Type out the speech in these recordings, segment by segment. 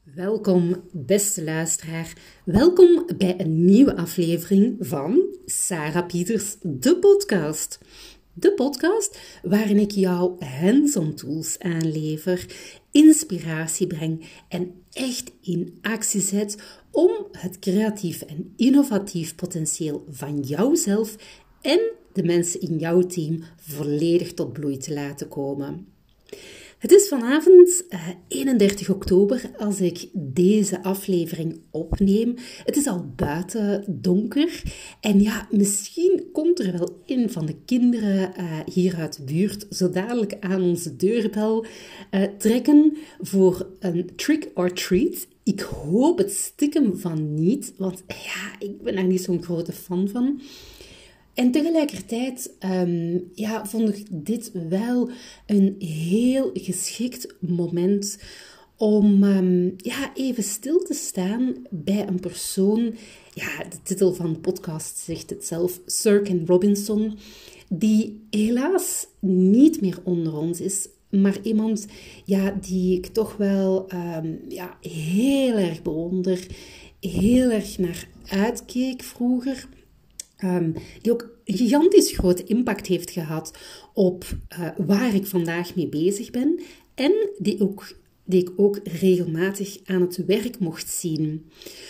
Welkom, beste luisteraar. Welkom bij een nieuwe aflevering van Sarah Pieters, de podcast. De podcast waarin ik jou hands-on tools aanlever, inspiratie breng en echt in actie zet om het creatief en innovatief potentieel van jouzelf en de mensen in jouw team volledig tot bloei te laten komen. Het is vanavond 31 oktober als ik deze aflevering opneem. Het is al buiten donker en ja, misschien komt er wel een van de kinderen hier uit de buurt zo dadelijk aan onze deurbel trekken voor een trick or treat. Ik hoop het stiekem van niet, want ja, ik ben daar niet zo'n grote fan van. En tegelijkertijd vond ik dit wel een heel geschikt moment om even stil te staan bij een persoon. Ja, de titel van de podcast zegt het zelf, Sir Ken Robinson, die helaas niet meer onder ons is, maar iemand die ik toch wel heel erg bewonder, heel erg naar uitkeek vroeger. Die ook een gigantisch grote impact heeft gehad op waar ik vandaag mee bezig ben. En die ik ook regelmatig aan het werk mocht zien.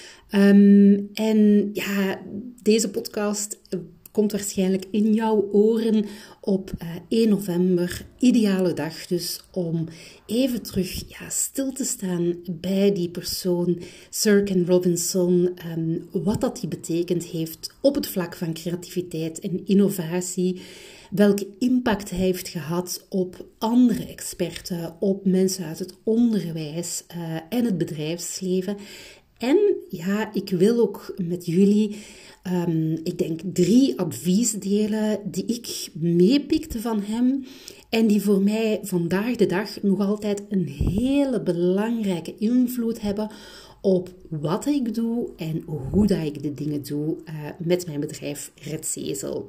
Deze podcast komt waarschijnlijk in jouw oren op 1 november. Ideale dag dus om even terug stil te staan bij die persoon, Sir Ken Robinson. Wat dat die betekend heeft op het vlak van creativiteit en innovatie. Welke impact hij heeft gehad op andere experten, op mensen uit het onderwijs en het bedrijfsleven. En ja, ik wil ook met jullie, ik denk 3 adviezen delen die ik meepikte van hem en die voor mij vandaag de dag nog altijd een hele belangrijke invloed hebben op wat ik doe en hoe dat ik de dingen doe met mijn bedrijf Redzezel.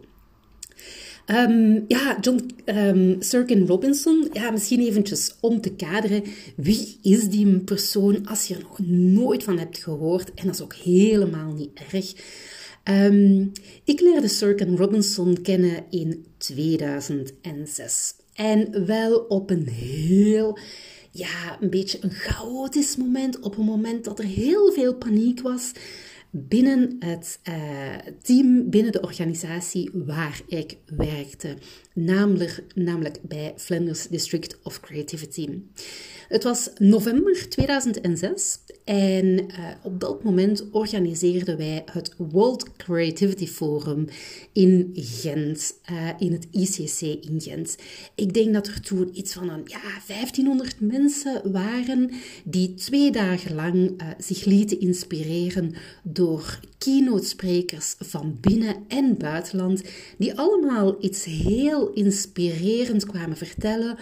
Sir Ken Robinson, misschien eventjes om te kaderen. Wie is die persoon als je er nog nooit van hebt gehoord? En dat is ook helemaal niet erg. Ik leerde Sir Ken Robinson kennen in 2006. En wel op een heel, een beetje een chaotisch moment. Op een moment dat er heel veel paniek was binnen het team, binnen de organisatie waar ik werkte. Namelijk bij Flinders District of Creativity. Het was november 2006 en op dat moment organiseerden wij het World Creativity Forum in Gent, in het ICC in Gent. Ik denk dat er toen iets van 1500 mensen waren die 2 dagen lang zich lieten inspireren door keynote-sprekers van binnen- en buitenland, die allemaal iets heel inspirerends kwamen vertellen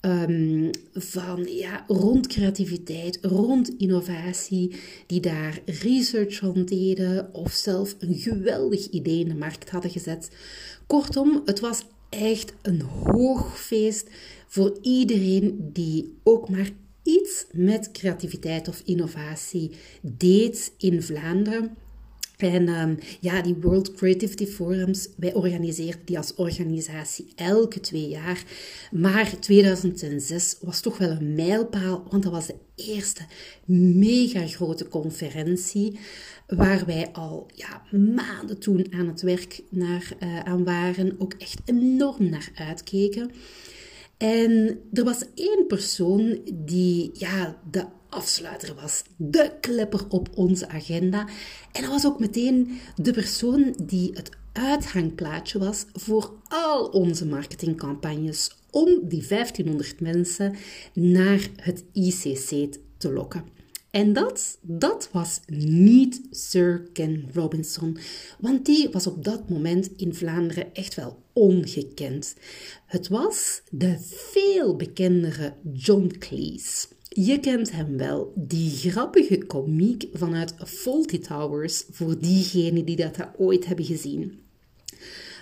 rond creativiteit, rond innovatie, die daar research rond deden of zelf een geweldig idee in de markt hadden gezet. Kortom, het was echt een hoogfeest voor iedereen die ook maar iets met creativiteit of innovatie deed in Vlaanderen. En die World Creativity Forums, wij organiseerden die als organisatie elke 2 jaar. Maar 2006 was toch wel een mijlpaal, want dat was de eerste mega grote conferentie waar wij al maanden toen aan het werk aan waren, ook echt enorm naar uitkeken. En er was 1 persoon die de afsluiter was, de klepper op onze agenda. En dat was ook meteen de persoon die het uithangplaatje was voor al onze marketingcampagnes om die 1500 mensen naar het ICC te lokken. En dat was niet Sir Ken Robinson, want die was op dat moment in Vlaanderen echt wel ongekend. Het was de veel bekendere John Cleese. Je kent hem wel, die grappige komiek vanuit Fawlty Towers, voor diegenen die dat ooit hebben gezien.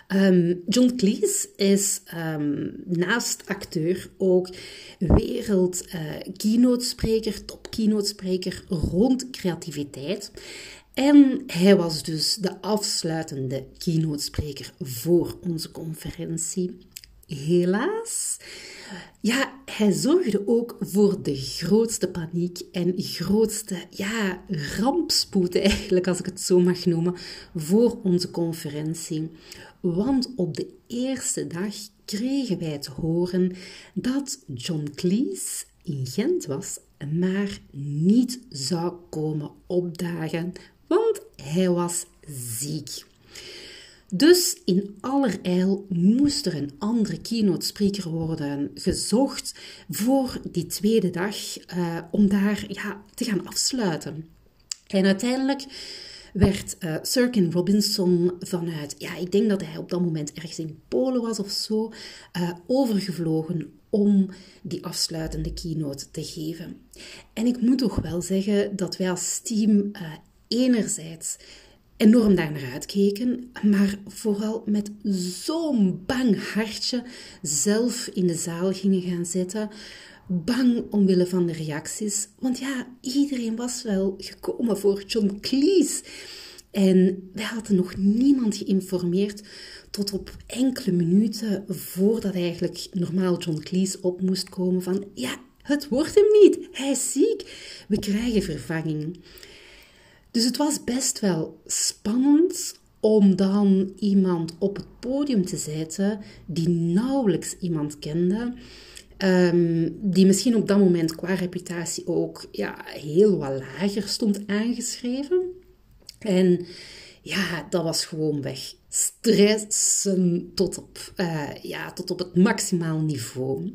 John Cleese is naast acteur ook wereld keynote-spreker, top keynote-spreker rond creativiteit. En hij was dus de afsluitende keynote-spreker voor onze conferentie. Helaas, ja, hij zorgde ook voor de grootste paniek en grootste, rampspoed eigenlijk, als ik het zo mag noemen, voor onze conferentie. Want op de eerste dag kregen wij te horen dat John Cleese in Gent was, maar niet zou komen opdagen, want hij was ziek. Dus in allerijl moest er een andere keynote speaker worden gezocht voor die tweede dag om daar te gaan afsluiten. En uiteindelijk werd Sir Ken Robinson vanuit, ik denk dat hij op dat moment ergens in Polen was of zo, overgevlogen om die afsluitende keynote te geven. En ik moet toch wel zeggen dat wij als team enerzijds enorm daar naar uitkeken, maar vooral met zo'n bang hartje zelf in de zaal gingen gaan zitten. Bang omwille van de reacties, want iedereen was wel gekomen voor John Cleese. En wij hadden nog niemand geïnformeerd tot op enkele minuten voordat eigenlijk normaal John Cleese op moest komen van het wordt hem niet, hij is ziek, we krijgen vervanging. Dus het was best wel spannend om dan iemand op het podium te zetten die nauwelijks iemand kende, die misschien op dat moment qua reputatie ook heel wat lager stond aangeschreven. En dat was gewoon weg. Stressen tot op het maximaal niveau.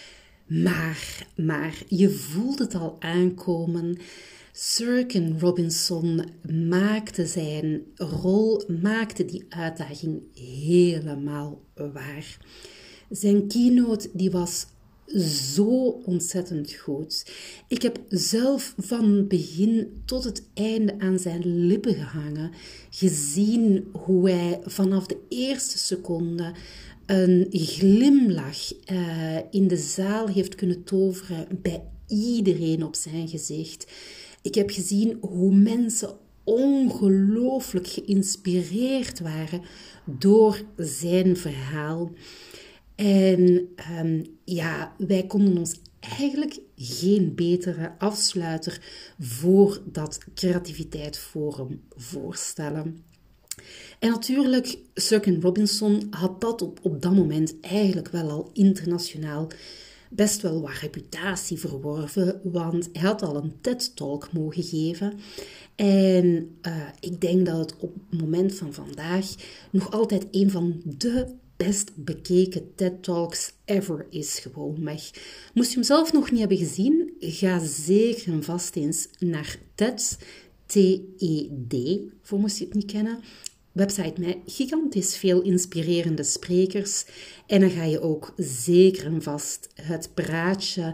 Maar je voelde het al aankomen. Sir Ken Robinson maakte zijn rol, maakte die uitdaging helemaal waar. Zijn keynote die was zo ontzettend goed. Ik heb zelf van begin tot het einde aan zijn lippen gehangen, gezien hoe hij vanaf de eerste seconde een glimlach in de zaal heeft kunnen toveren bij iedereen op zijn gezicht. Ik heb gezien hoe mensen ongelooflijk geïnspireerd waren door zijn verhaal. En wij konden ons eigenlijk geen betere afsluiter voor dat creativiteitsforum voorstellen. En natuurlijk, Sir Ken Robinson had dat op dat moment eigenlijk wel al internationaal best wel wat reputatie verworven, want hij had al een TED-talk mogen geven. En ik denk dat het op het moment van vandaag nog altijd een van de best bekeken TED-talks ever is gewoonweg. Moest je hem zelf nog niet hebben gezien, ga zeker en vast eens naar TED, T-E-D, voor moest je het niet kennen. Website met gigantisch veel inspirerende sprekers. En dan ga je ook zeker en vast het praatje,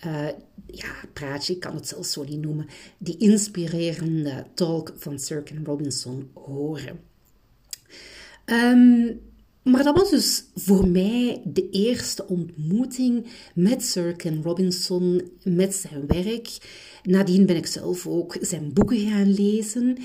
ik kan het zelfs zo niet noemen, die inspirerende talk van Sir Ken Robinson horen. Maar dat was dus voor mij de eerste ontmoeting met Sir Ken Robinson, met zijn werk. Nadien ben ik zelf ook zijn boeken gaan lezen.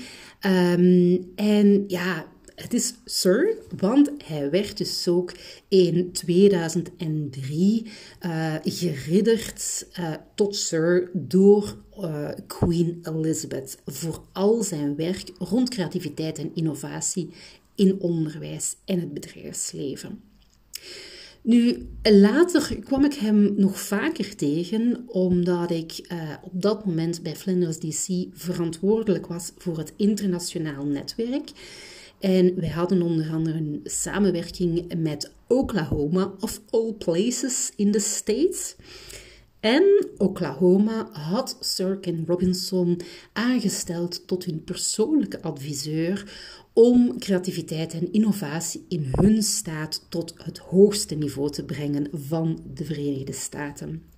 Het is Sir, want hij werd dus ook in 2003 geridderd tot Sir door Queen Elizabeth voor al zijn werk rond creativiteit en innovatie in onderwijs en het bedrijfsleven. Nu, later kwam ik hem nog vaker tegen, omdat ik op dat moment bij Flinders DC verantwoordelijk was voor het internationaal netwerk. En wij hadden onder andere een samenwerking met Oklahoma, of all places in the States. En Oklahoma had Sir Ken Robinson aangesteld tot hun persoonlijke adviseur om creativiteit en innovatie in hun staat tot het hoogste niveau te brengen van de Verenigde Staten.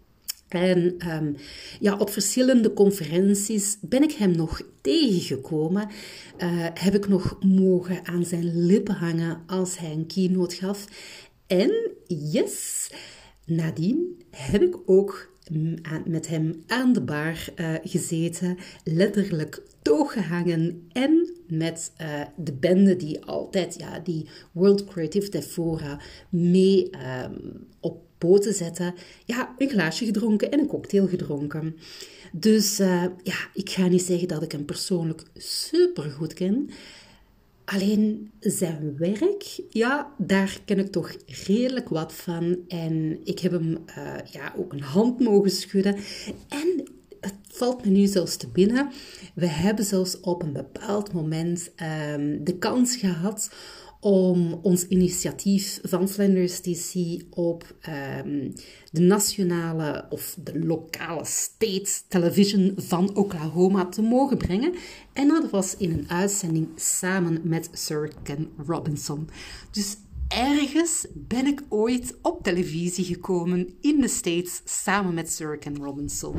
En op verschillende conferenties ben ik hem nog tegengekomen. Heb ik nog mogen aan zijn lippen hangen als hij een keynote gaf. En yes, nadien heb ik ook met hem aan de bar gezeten, letterlijk toegehangen en met de bende die altijd die World Creative Defora mee op poten zetten, een glaasje gedronken en een cocktail gedronken. Dus ik ga niet zeggen dat ik hem persoonlijk supergoed ken. Alleen zijn werk, daar ken ik toch redelijk wat van. En ik heb hem ook een hand mogen schudden. En het valt me nu zelfs te binnen. We hebben zelfs op een bepaald moment de kans gehad om ons initiatief van Flanders DC op de nationale of de lokale state television van Oklahoma te mogen brengen. En dat was in een uitzending samen met Sir Ken Robinson. Dus ergens ben ik ooit op televisie gekomen in de States samen met Sir Ken Robinson.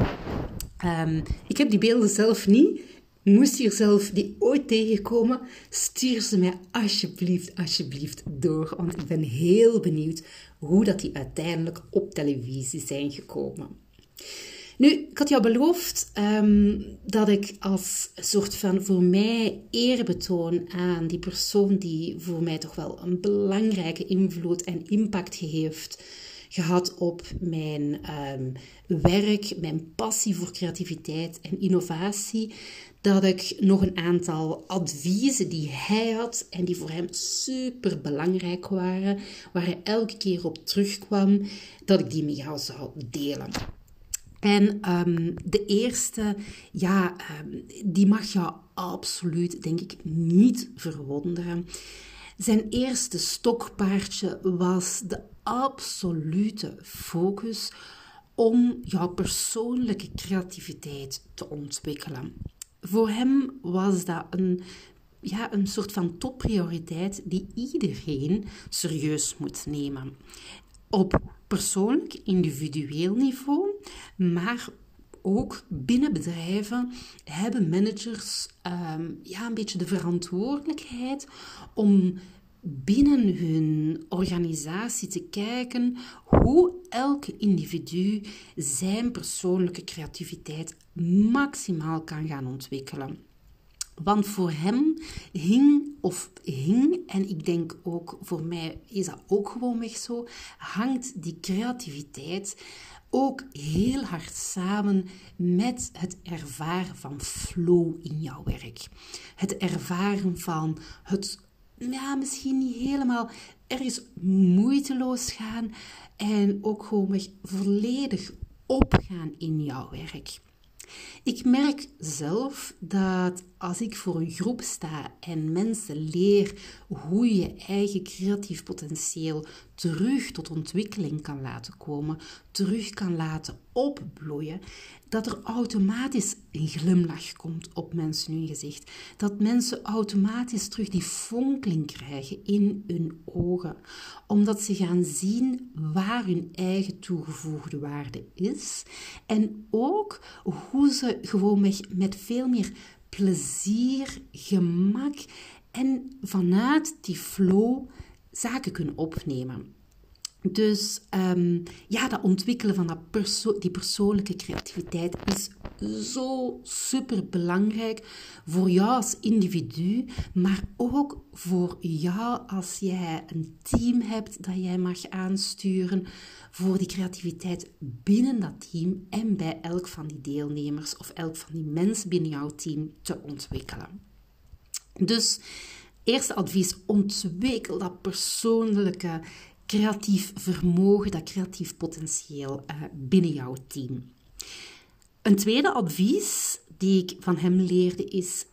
Ik heb die beelden zelf niet. Moest je zelf die ooit tegenkomen, stuur ze mij alsjeblieft door. Want ik ben heel benieuwd hoe dat die uiteindelijk op televisie zijn gekomen. Nu, ik had jou beloofd dat ik als soort van voor mij eerbetoon aan die persoon die voor mij toch wel een belangrijke invloed en impact heeft gehad op mijn werk, mijn passie voor creativiteit en innovatie, dat ik nog een aantal adviezen die hij had en die voor hem super belangrijk waren, waar hij elke keer op terugkwam, dat ik die met jou zou delen. En de eerste, die mag jou absoluut, denk ik, niet verwonderen. Zijn eerste stokpaardje was de absolute focus om jouw persoonlijke creativiteit te ontwikkelen. Voor hem was dat een soort van topprioriteit die iedereen serieus moet nemen. Op persoonlijk, individueel niveau, maar ook binnen bedrijven hebben managers een beetje de verantwoordelijkheid om binnen hun organisatie te kijken hoe elke individu zijn persoonlijke creativiteit maximaal kan gaan ontwikkelen. Want voor hem hing, en ik denk ook voor mij is dat ook gewoonweg zo, hangt die creativiteit ook heel hard samen met het ervaren van flow in jouw werk. Het ervaren van het misschien niet helemaal ergens moeiteloos gaan en ook gewoon volledig opgaan in jouw werk. Ik merk zelf dat als ik voor een groep sta en mensen leer hoe je eigen creatief potentieel terug tot ontwikkeling kan laten komen, terug kan laten opbloeien, dat er automatisch een glimlach komt op mensen hun gezicht. Dat mensen automatisch terug die fonkeling krijgen in hun ogen. Omdat ze gaan zien waar hun eigen toegevoegde waarde is. En ook hoe ze gewoon met veel meer plezier, gemak en vanuit die flow zaken kunnen opnemen. Dus dat ontwikkelen van die persoonlijke creativiteit is zo super belangrijk voor jou als individu, maar ook voor jou als jij een team hebt dat jij mag aansturen, voor die creativiteit binnen dat team en bij elk van die deelnemers of elk van die mensen binnen jouw team te ontwikkelen. Dus, eerste advies, ontwikkel dat persoonlijke creatief vermogen, dat creatief potentieel binnen jouw team. Een tweede advies die ik van hem leerde is,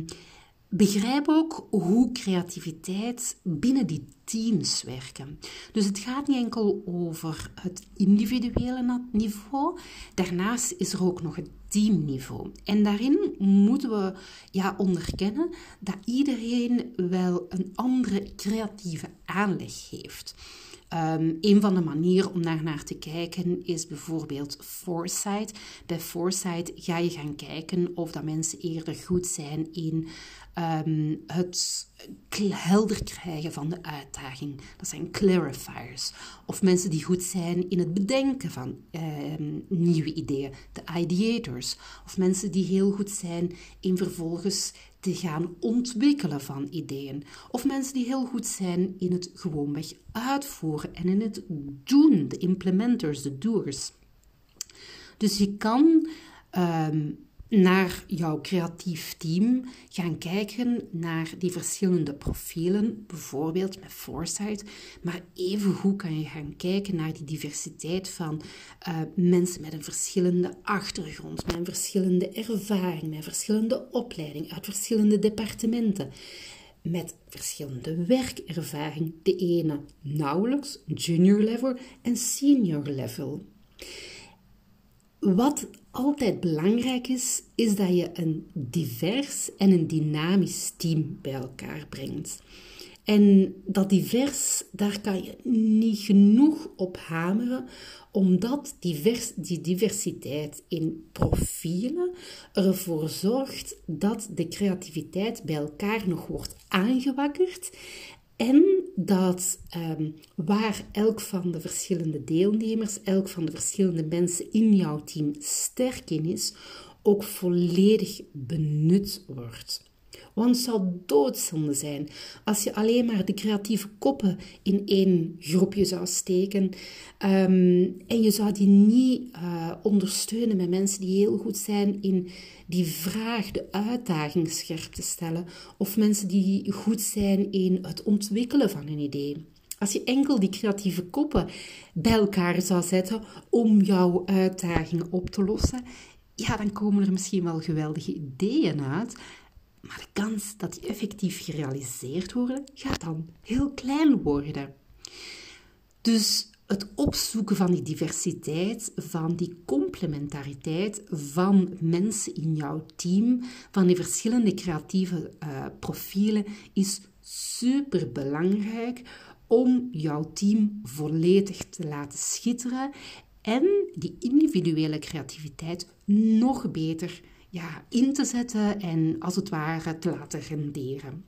begrijp ook hoe creativiteit binnen die teams werken. Dus het gaat niet enkel over het individuele niveau, daarnaast is er ook nog het teamniveau. En daarin moeten we onderkennen dat iedereen wel een andere creatieve aanleg heeft. Een van de manieren om daar naar te kijken is bijvoorbeeld foresight. Bij foresight ga je gaan kijken of dat mensen eerder goed zijn in het helder krijgen van de uitdaging. Dat zijn clarifiers. Of mensen die goed zijn in het bedenken van nieuwe ideeën, de ideators. Of mensen die heel goed zijn in vervolgens te gaan ontwikkelen van ideeën. Of mensen die heel goed zijn in het gewoonweg uitvoeren en in het doen, de implementers, de doers. Dus je kan naar jouw creatief team gaan kijken naar die verschillende profielen, bijvoorbeeld met foresight, maar evengoed kan je gaan kijken naar die diversiteit van mensen met een verschillende achtergrond, met een verschillende ervaring, met een verschillende opleiding, uit verschillende departementen, met verschillende werkervaring, de ene nauwelijks, junior level en senior level. Wat altijd belangrijk is, is dat je een divers en een dynamisch team bij elkaar brengt. En dat divers, daar kan je niet genoeg op hameren, omdat die diversiteit in profielen ervoor zorgt dat de creativiteit bij elkaar nog wordt aangewakkerd. En dat waar elk van de verschillende deelnemers, elk van de verschillende mensen in jouw team sterk in is, ook volledig benut wordt. Want het zou doodzonde zijn als je alleen maar de creatieve koppen in één groepje zou steken en je zou die niet ondersteunen met mensen die heel goed zijn in die vraag, de uitdaging scherp te stellen, of mensen die goed zijn in het ontwikkelen van een idee. Als je enkel die creatieve koppen bij elkaar zou zetten om jouw uitdagingen op te lossen, ja, dan komen er misschien wel geweldige ideeën uit, maar de kans dat die effectief gerealiseerd worden, gaat dan heel klein worden. Dus het opzoeken van die diversiteit, van die complementariteit van mensen in jouw team, van die verschillende creatieve profielen, is super belangrijk om jouw team volledig te laten schitteren en die individuele creativiteit nog beter in te zetten en als het ware te laten renderen.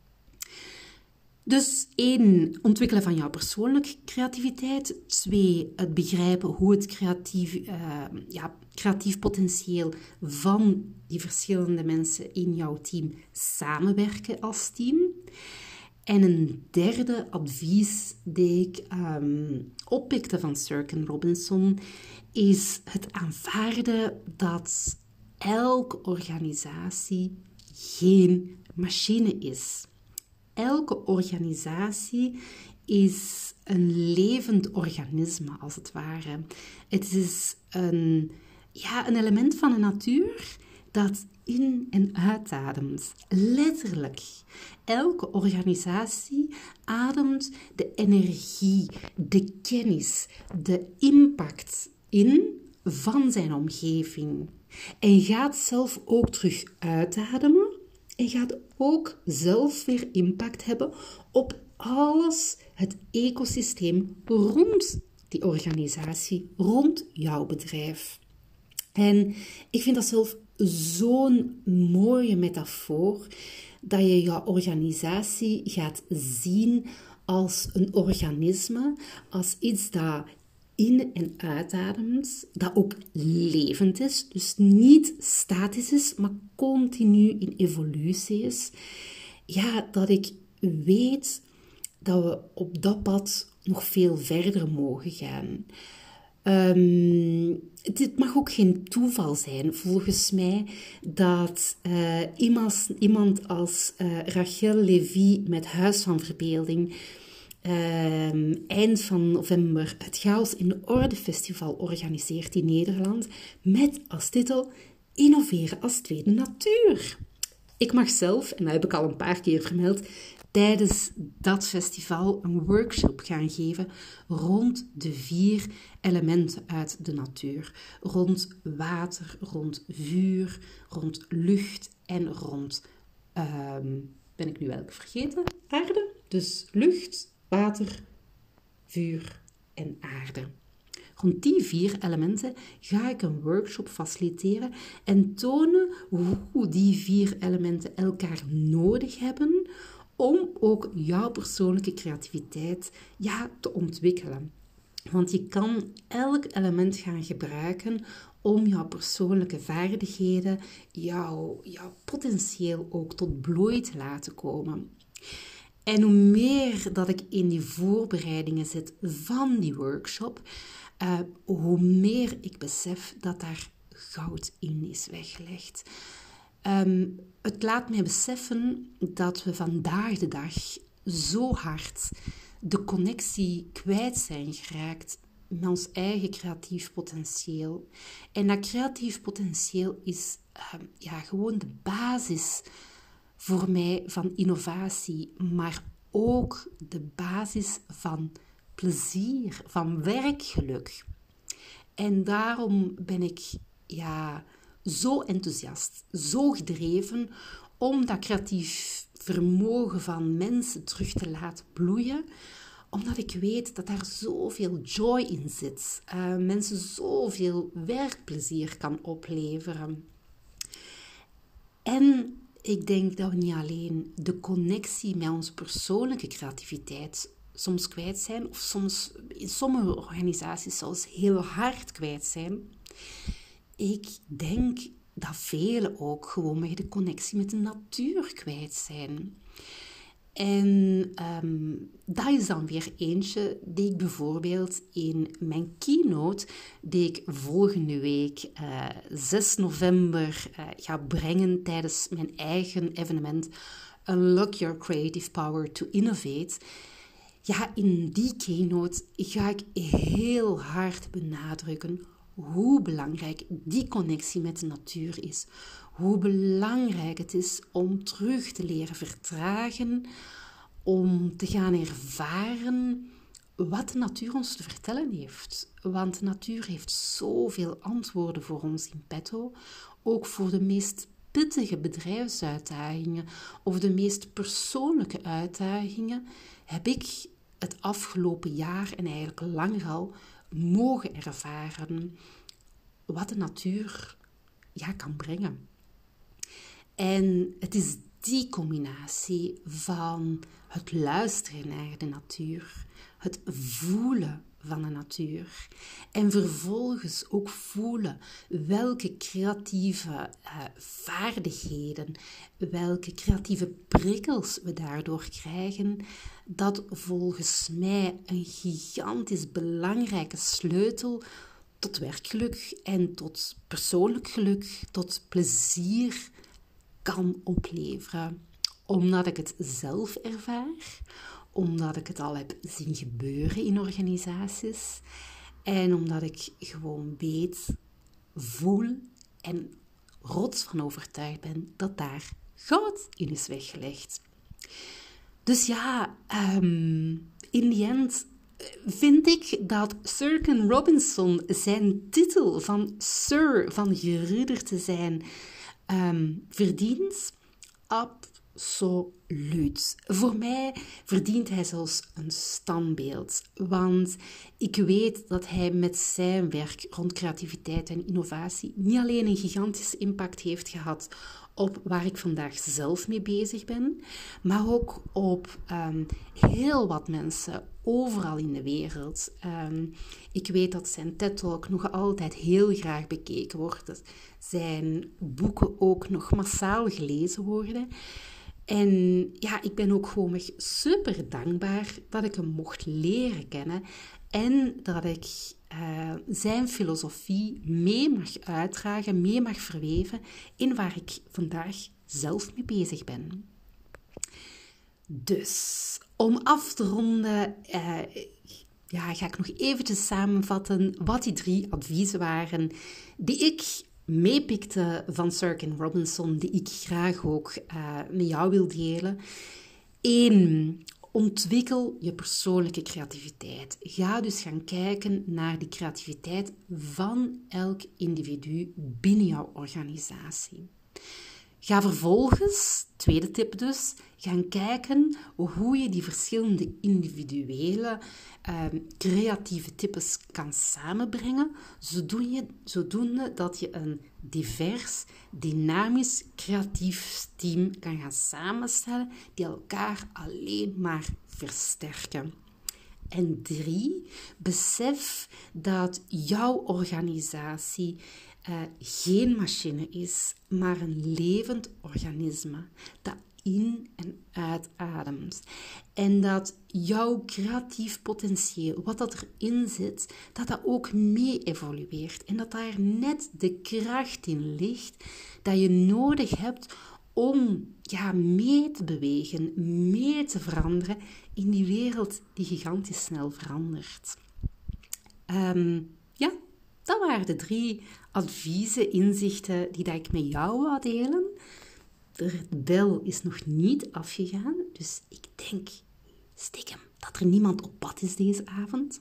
Dus 1, ontwikkelen van jouw persoonlijke creativiteit. 2, het begrijpen hoe het creatief potentieel van die verschillende mensen in jouw team samenwerken als team. En een 3e advies die ik oppikte van Sir Robinson is het aanvaarden dat elke organisatie geen machine is. Elke organisatie is een levend organisme, als het ware. Het is een element van de natuur dat in- en uitademt. Letterlijk. Elke organisatie ademt de energie, de kennis, de impact in van zijn omgeving. En gaat zelf ook terug uitademen en gaat ook zelf weer impact hebben op alles, het ecosysteem rond die organisatie, rond jouw bedrijf. En ik vind dat zelf zo'n mooie metafoor, dat je jouw organisatie gaat zien als een organisme, als iets dat in- en uitademt, dat ook levend is, dus niet statisch is, maar continu in evolutie is. Ja, dat ik weet dat we op dat pad nog veel verder mogen gaan. Dit mag ook geen toeval zijn, volgens mij, dat iemand als Rachel Lévy met Huis van Verbeelding eind van november het Chaos in de Orde Festival organiseert in Nederland met als titel Innoveren als tweede natuur. Ik mag zelf, en dat heb ik al een paar keer vermeld, tijdens dat festival een workshop gaan geven rond de 4 elementen uit de natuur. Rond water, rond vuur, rond lucht en rond, ben ik nu welke vergeten? Aarde. Dus lucht, water, vuur en aarde. Rond die 4 elementen ga ik een workshop faciliteren en tonen hoe die 4 elementen elkaar nodig hebben om ook jouw persoonlijke creativiteit te ontwikkelen. Want je kan elk element gaan gebruiken om jouw persoonlijke vaardigheden, jouw potentieel ook tot bloei te laten komen. En hoe meer dat ik in die voorbereidingen zit van die workshop, hoe meer ik besef dat daar goud in is weggelegd. Het laat mij beseffen dat we vandaag de dag zo hard de connectie kwijt zijn geraakt met ons eigen creatief potentieel. En dat creatief potentieel is gewoon de basis voor mij van innovatie, maar ook de basis van plezier, van werkgeluk. En daarom ben ik zo enthousiast, zo gedreven om dat creatief vermogen van mensen terug te laten bloeien, omdat ik weet dat daar zoveel joy in zit. Mensen zoveel werkplezier kan opleveren. En ik denk dat we niet alleen de connectie met onze persoonlijke creativiteit soms kwijt zijn, of soms in sommige organisaties zelfs heel hard kwijt zijn. Ik denk dat velen ook gewoon de connectie met de natuur kwijt zijn. En dat is dan weer eentje die ik bijvoorbeeld in mijn keynote, die ik volgende week 6 november ga brengen tijdens mijn eigen evenement Unlock Your Creative Power to Innovate. Ja, in die keynote ga ik heel hard benadrukken hoe belangrijk die connectie met de natuur is. Hoe belangrijk het is om terug te leren vertragen, om te gaan ervaren wat de natuur ons te vertellen heeft. Want de natuur heeft zoveel antwoorden voor ons in petto, ook voor de meest pittige bedrijfsuitdagingen of de meest persoonlijke uitdagingen heb ik het afgelopen jaar en eigenlijk langer al mogen ervaren wat de natuur kan brengen. En het is die combinatie van het luisteren naar de natuur, het voelen van de natuur en vervolgens ook voelen welke creatieve vaardigheden, welke creatieve prikkels we daardoor krijgen, dat volgens mij een gigantisch belangrijke sleutel tot werkgeluk en tot persoonlijk geluk, tot plezier kan opleveren. Omdat ik het zelf ervaar, omdat ik het al heb zien gebeuren in organisaties en omdat ik gewoon weet, voel en rots van overtuigd ben dat daar goud in is weggelegd. Dus in die end vind ik dat Sir Ken Robinson zijn titel van Sir, van geridder te zijn, verdient. Absoluut. Voor mij verdient hij zelfs een standbeeld. Want ik weet dat hij met zijn werk rond creativiteit en innovatie niet alleen een gigantische impact heeft gehad op waar ik vandaag zelf mee bezig ben, maar ook op heel wat mensen overal in de wereld. Ik weet dat zijn TED-talk nog altijd heel graag bekeken wordt. Dat zijn boeken ook nog massaal gelezen worden. En ik ben ook gewoon super dankbaar dat ik hem mocht leren kennen en dat ik zijn filosofie mee mag uitdragen, mee mag verweven in waar ik vandaag zelf mee bezig ben. Dus, om af te ronden, ga ik nog eventjes samenvatten wat die 3 adviezen waren die ik meepikte van Sir Ken Robinson, die ik graag ook met jou wil delen. 1. Ontwikkel je persoonlijke creativiteit. Ga dus gaan kijken naar die creativiteit van elk individu binnen jouw organisatie. Ga vervolgens, tweede tip dus, gaan kijken hoe je die verschillende individuele creatieve types kan samenbrengen, zodoende dat je een divers, dynamisch, creatief team kan gaan samenstellen die elkaar alleen maar versterken. En 3, besef dat jouw organisatie geen machine is, maar een levend organisme dat in- en uitademt. En dat jouw creatief potentieel, wat dat erin zit, dat ook mee evolueert. En dat daar net de kracht in ligt dat je nodig hebt om mee te bewegen, mee te veranderen in die wereld die gigantisch snel verandert. Dat waren de 3 adviezen, inzichten die dat ik met jou wou delen. De bel is nog niet afgegaan, dus ik denk stiekem dat er niemand op pad is deze avond.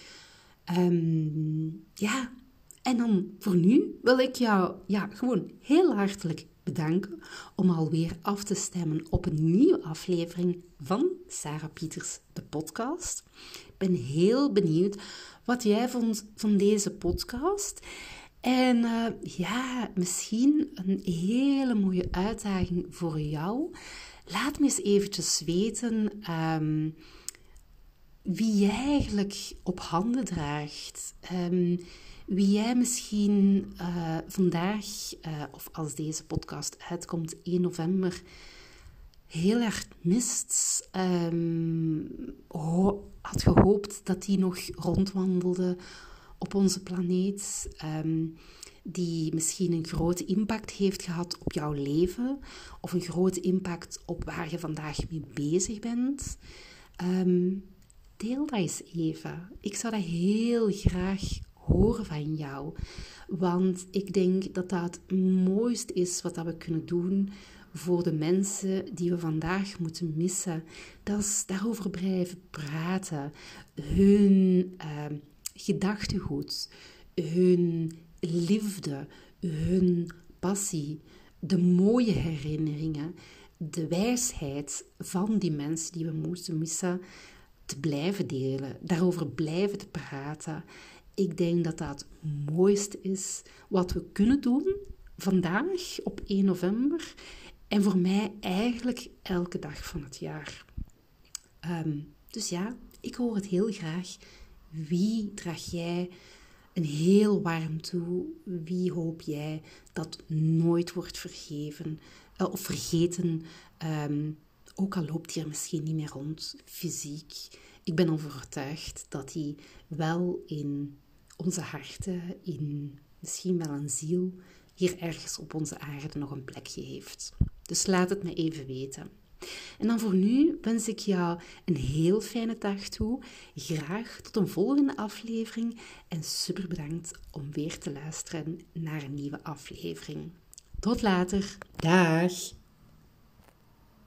En dan voor nu wil ik jou gewoon heel hartelijk bedanken om alweer af te stemmen op een nieuwe aflevering van Sarah Pieters, de podcast. Ik ben heel benieuwd wat jij vond van deze podcast. En misschien een hele mooie uitdaging voor jou. Laat me eens eventjes weten wie jij eigenlijk op handen draagt. Wie jij misschien vandaag, of als deze podcast uitkomt, 1 november, heel erg mist. Had gehoopt dat die nog rondwandelde op onze planeet. Die misschien een grote impact heeft gehad op jouw leven. Of een grote impact op waar je vandaag mee bezig bent. Deel dat eens even. Ik zou dat heel graag horen van jou. Want ik denk dat dat het mooiste is wat we kunnen doen voor de mensen die we vandaag moeten missen. Dat is daarover blijven praten. Hun gedachtegoed, hun liefde, hun passie, de mooie herinneringen, de wijsheid van die mensen die we moeten missen, te blijven delen, daarover blijven te praten. Ik denk dat dat het mooiste is wat we kunnen doen vandaag op 1 november en voor mij eigenlijk elke dag van het jaar. Dus ik hoor het heel graag. Wie draag jij een heel warm toe? Wie hoop jij dat nooit wordt vergeven of vergeten? Ook al loopt hij er misschien niet meer rond, fysiek. Ik ben overtuigd dat hij wel in onze harten, in misschien wel een ziel, hier ergens op onze aarde nog een plekje heeft. Dus laat het me even weten. En dan voor nu wens ik jou een heel fijne dag toe. Graag tot een volgende aflevering. En super bedankt om weer te luisteren naar een nieuwe aflevering. Tot later. Dag!